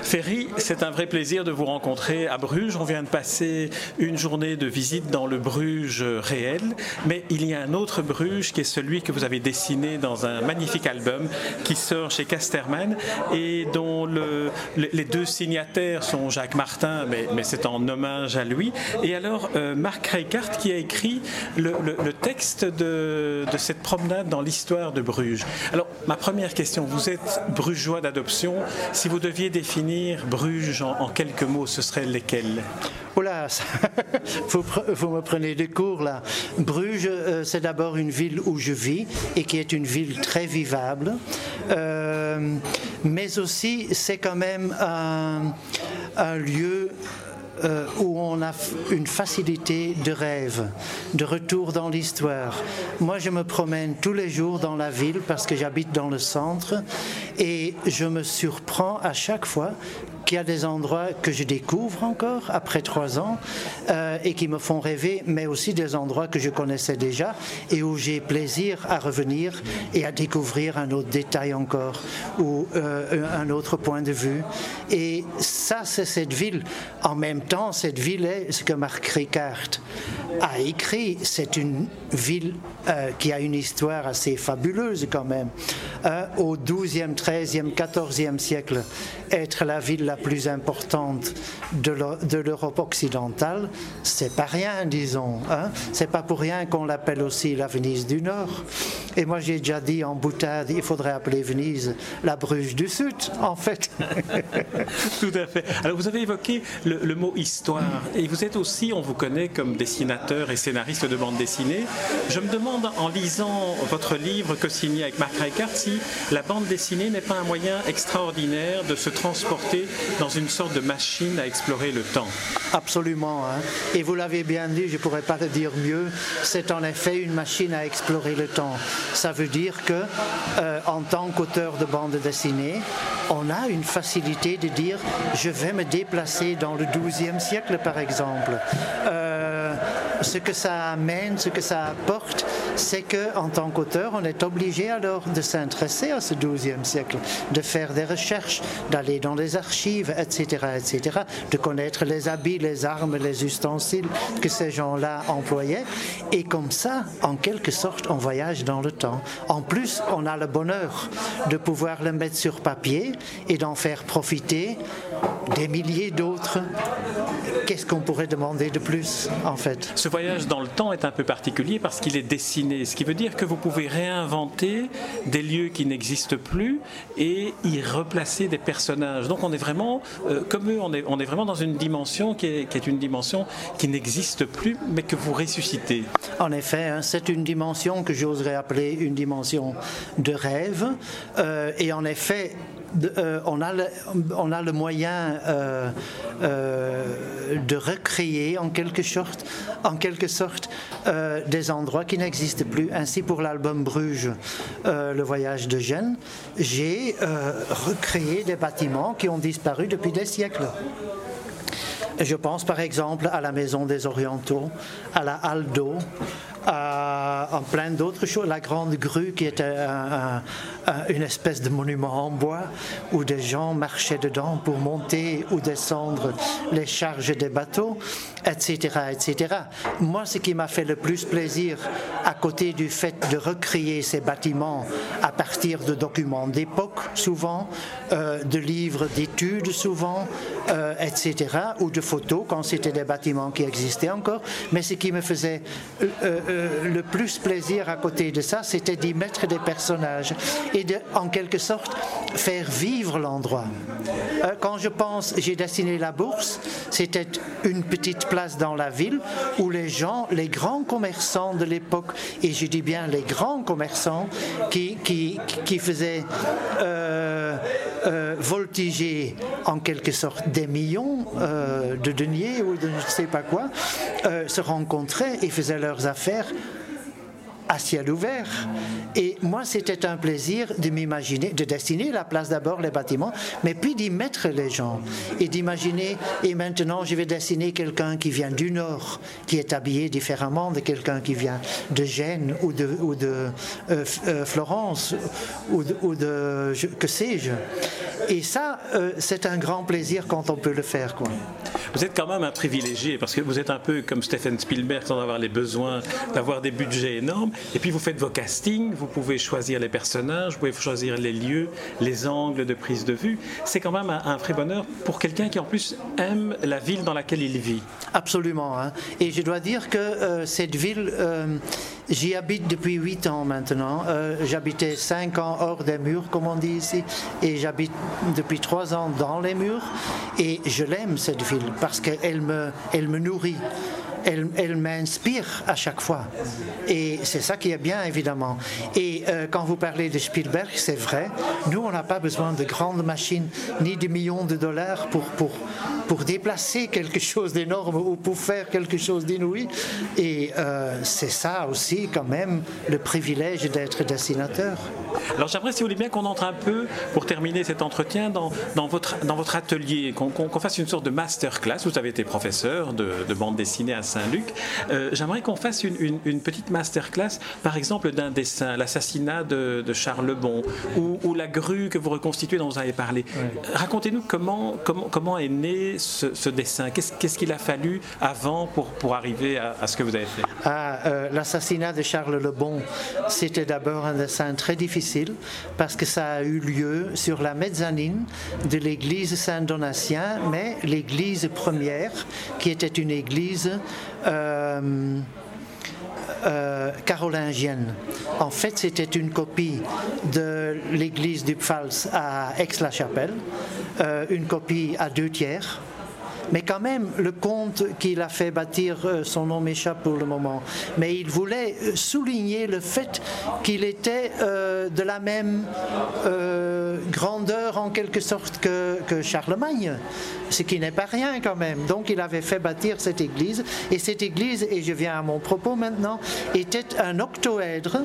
Ferry, c'est un vrai plaisir de vous rencontrer à Bruges. On vient de passer une journée de visite dans le Bruges réel, mais il y a un autre Bruges qui est celui que vous avez dessiné dans un magnifique album qui sort chez Casterman et dont les deux signataires sont Jacques Martin, mais c'est en hommage à lui. Et alors, Marc Reichardt qui a écrit le texte de cette promenade dans l'histoire de Bruges. Alors, ma première question, vous êtes brugeois d'adoption. Si vous deviez définir Bruges en quelques mots, ce seraient lesquels? Oh là, vous me prenez de court là. Bruges, c'est d'abord une ville où je vis et qui est une ville très vivable. Mais aussi, c'est quand même un lieu où on a une facilité de rêve, de retour dans l'histoire. Moi, je me promène tous les jours dans la ville parce que j'habite dans le centre et je me surprends à chaque fois qu'il y a des endroits que je découvre encore après 3 ans et qui me font rêver, mais aussi des endroits que je connaissais déjà et où j'ai plaisir à revenir et à découvrir un autre détail encore ou un autre point de vue. Et ça, c'est cette ville. En même temps, cette ville est ce que Marc Reichardt a écrit. C'est une ville qui a une histoire assez fabuleuse quand même. Au XIIe, XIIIe, XIVe siècle, être la ville la plus importante de l'Europe occidentale, c'est pas rien, disons. C'est pas pour rien qu'on l'appelle aussi la Venise du Nord. Et moi, j'ai déjà dit en boutade, il faudrait appeler Venise la Bruges du Sud, en fait. Tout à fait. Alors, vous avez évoqué le mot histoire, et vous êtes aussi, on vous connaît comme dessinateur et scénariste de bande dessinée. Je me demande, en lisant votre livre co-signé avec Marc Reichardt, si la bande dessinée n'est pas un moyen extraordinaire de se transporter dans une sorte de machine à explorer le temps. Absolument. Et vous l'avez bien dit, je ne pourrais pas le dire mieux, c'est en effet une machine à explorer le temps. Ça veut dire que, en tant qu'auteur de bande dessinée, on a une facilité de dire je vais me déplacer dans le XIIe siècle, par exemple. Ce que ça amène, ce que ça apporte, c'est qu'en tant qu'auteur, on est obligé alors de s'intéresser à ce XIIe siècle, de faire des recherches, d'aller dans les archives, etc., etc., de connaître les habits, les armes, les ustensiles que ces gens-là employaient. Et comme ça, en quelque sorte, on voyage dans le temps. En plus, on a le bonheur de pouvoir le mettre sur papier et d'en faire profiter des milliers d'autres. Qu'est-ce qu'on pourrait demander de plus, en fait? Ce voyage dans le temps est un peu particulier parce qu'il est dessiné, ce qui veut dire que vous pouvez réinventer des lieux qui n'existent plus et y replacer des personnages. Donc on est vraiment, comme eux, on est vraiment dans une dimension qui est une dimension qui n'existe plus, mais que vous ressuscitez. En effet, c'est une dimension que j'oserais appeler une dimension de rêve. Et en effet, on a le moyen de recréer en quelque sorte des endroits qui n'existent plus. Ainsi, pour l'album Bruges, le voyage de Gênes, j'ai recréé des bâtiments qui ont disparu depuis des siècles. Je pense par exemple à la Maison des Orientaux, à la Halle d'eau, en plein d'autres choses. La Grande Grue, qui était une espèce de monument en bois où des gens marchaient dedans pour monter ou descendre les charges des bateaux, etc., etc. Moi, ce qui m'a fait le plus plaisir, à côté du fait de recréer ces bâtiments à partir de documents d'époque, souvent, de livres d'études, souvent, etc., ou de photos, quand c'était des bâtiments qui existaient encore, mais ce qui me faisait le plus plaisir à côté de ça, c'était d'y mettre des personnages et de, en quelque sorte, faire vivre l'endroit. Quand je pense, j'ai dessiné la Bourse, c'était une petite place dans la ville où les gens, les grands commerçants de l'époque, et je dis bien les grands commerçants qui faisaient voltiger en quelque sorte des millions de deniers ou de je ne sais pas quoi, se rencontraient et faisaient leurs affaires à ciel ouvert. Et moi, c'était un plaisir de m'imaginer, de dessiner la place d'abord, les bâtiments, mais puis d'y mettre les gens et d'imaginer. Et maintenant, je vais dessiner quelqu'un qui vient du Nord, qui est habillé différemment de quelqu'un qui vient de Gênes ou de Florence ou de que sais-je. Et ça, c'est un grand plaisir quand on peut le faire, quoi. Vous êtes quand même un privilégié parce que vous êtes un peu comme Steven Spielberg sans avoir les besoins d'avoir des budgets énormes. Et puis vous faites vos castings, vous pouvez choisir les personnages, vous pouvez choisir les lieux, les angles de prise de vue. C'est quand même un vrai bonheur pour quelqu'un qui en plus aime la ville dans laquelle il vit. Absolument. Hein. Et je dois dire que cette ville, j'y habite depuis 8 ans maintenant. J'habitais 5 ans hors des murs, comme on dit ici, et j'habite depuis 3 ans dans les murs. Et je l'aime, cette ville, parce qu'elle me nourrit. Elle m'inspire à chaque fois. Et c'est ça qui est bien, évidemment. Et quand vous parlez de Spielberg, c'est vrai, nous, on n'a pas besoin de grandes machines, ni de millions de dollars pour déplacer quelque chose d'énorme ou pour faire quelque chose d'inouï. Et c'est ça aussi, quand même, le privilège d'être dessinateur. Alors j'aimerais, si vous voulez bien, qu'on entre un peu, pour terminer cet entretien, dans votre atelier, qu'on fasse une sorte de masterclass. Vous avez été professeur de bande dessinée à Saint-Luc. J'aimerais qu'on fasse une petite masterclass, par exemple, d'un dessin, l'assassinat de Charles Le Bon, ou la grue que vous reconstituez dont vous avez parlé. Ouais. Racontez-nous comment est né ce dessin. Qu'est-ce qu'il a fallu avant pour arriver à ce que vous avez fait? L'assassinat de Charles Le Bon, c'était d'abord un dessin très difficile parce que ça a eu lieu sur la mezzanine de l'église Saint-Donatien, mais l'église première, qui était une église carolingienne. En fait, c'était une copie de l'église du Pfalz à Aix-la-Chapelle, une copie à 2/3. Mais quand même, le comte qui l'a fait bâtir, son nom m'échappe pour le moment, mais il voulait souligner le fait qu'il était de la même grandeur en quelque sorte que Charlemagne, ce qui n'est pas rien quand même. Donc il avait fait bâtir cette église, et cette église, et je viens à mon propos maintenant, était un octoèdre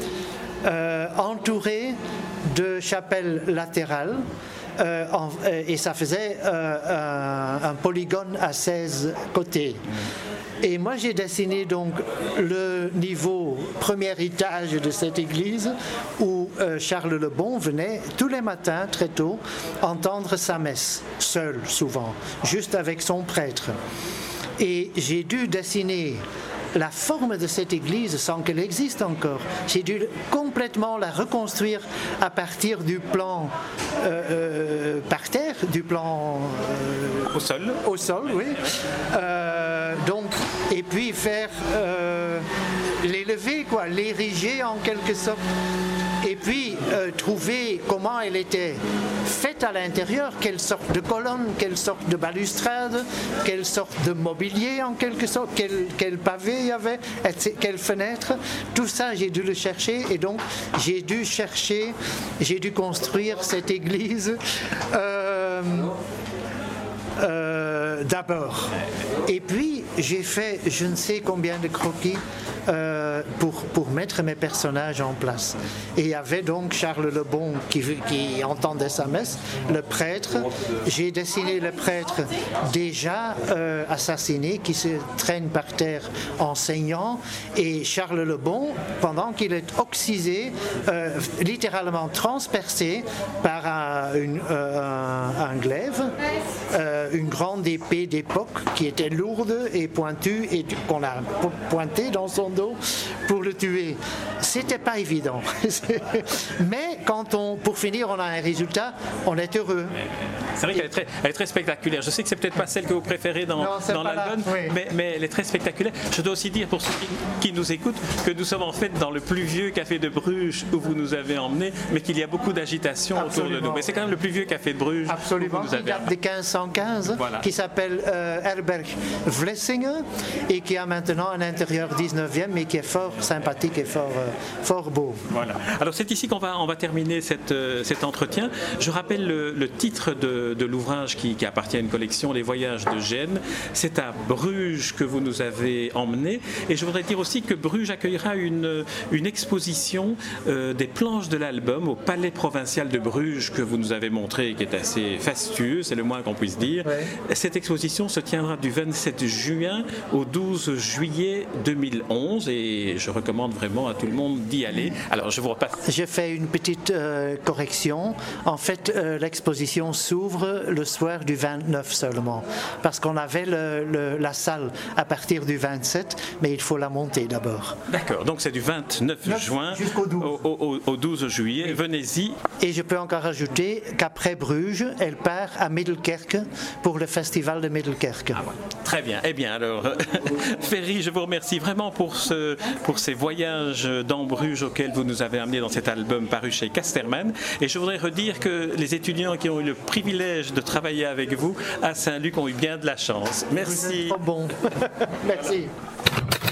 entouré de chapelles latérales. Et ça faisait un polygone à 16 côtés. Et moi j'ai dessiné donc le niveau premier étage de cette église où Charles Le Bon venait tous les matins très tôt entendre sa messe, seul souvent, juste avec son prêtre. Et j'ai dû dessiner la forme de cette église sans qu'elle existe encore. J'ai dû complètement la reconstruire à partir du plan par terre, du plan au sol. Au sol, oui. Donc, et puis faire l'élever, quoi, l'ériger en quelque sorte. Et puis trouver comment elle était faite à l'intérieur, quelle sorte de colonne, quelle sorte de balustrade, quelle sorte de mobilier en quelque sorte, quel pavé il y avait, quelle fenêtre. Tout ça, j'ai dû le chercher, et donc j'ai dû construire cette église d'abord. Et puis j'ai fait je ne sais combien de croquis pour mettre mes personnages en place. Et il y avait donc Charles Le Bon qui entendait sa messe, le prêtre. J'ai dessiné le prêtre déjà assassiné, qui se traîne par terre en saignant, et Charles Le Bon, pendant qu'il est oxysé, littéralement transpercé par un glaive, une grande épée d'époque qui était lourde et pointue, et qu'on a pointée dans son dos pour le tuer. C'était pas évident. Mais pour finir, on a un résultat, on est heureux. C'est vrai qu'elle est très spectaculaire. Je sais que c'est peut-être pas celle que vous préférez dans l'album, oui. mais elle est très spectaculaire. Je dois aussi dire, pour ceux qui nous écoutent, que nous sommes en fait dans le plus vieux café de Bruges où vous nous avez emmenés, mais qu'il y a beaucoup d'agitation autour de nous. Mais c'est quand même le plus vieux café de Bruges. Absolument, qui date de 1515, voilà. Qui s'appelle Herberg Vlessingen, et qui a maintenant un intérieur 19e, mais qui est fort sympathique et fort beau. Voilà. Alors c'est ici qu'on va terminer terminer cet entretien. Je rappelle le titre de l'ouvrage qui appartient à une collection, Les Voyages de Gênes. C'est à Bruges que vous nous avez emmenés. Et je voudrais dire aussi que Bruges accueillera une exposition des planches de l'album au Palais provincial de Bruges que vous nous avez montré, qui est assez fastueux, c'est le moins qu'on puisse dire. Ouais. Cette exposition se tiendra du 27 juin au 12 juillet 2011 et je recommande vraiment à tout le monde d'y aller. Alors je vous repasse. Je fais une petite correction. En fait, l'exposition s'ouvre le soir du 29 seulement, parce qu'on avait la salle à partir du 27, mais il faut la monter d'abord. D'accord, donc c'est du 29 juin au 12 juillet. Oui. Venez-y. Et je peux encore ajouter qu'après Bruges, elle part à Middelkerke pour le festival de Middelkerke. Ah ouais. Très bien. Eh bien alors, Ferry, je vous remercie vraiment pour ces voyages dans Bruges auxquels vous nous avez amenés dans cet album paru chez Casterman. Et je voudrais redire que les étudiants qui ont eu le privilège de travailler avec vous à Saint-Luc ont eu bien de la chance. Merci. Vous êtes trop bon. Merci.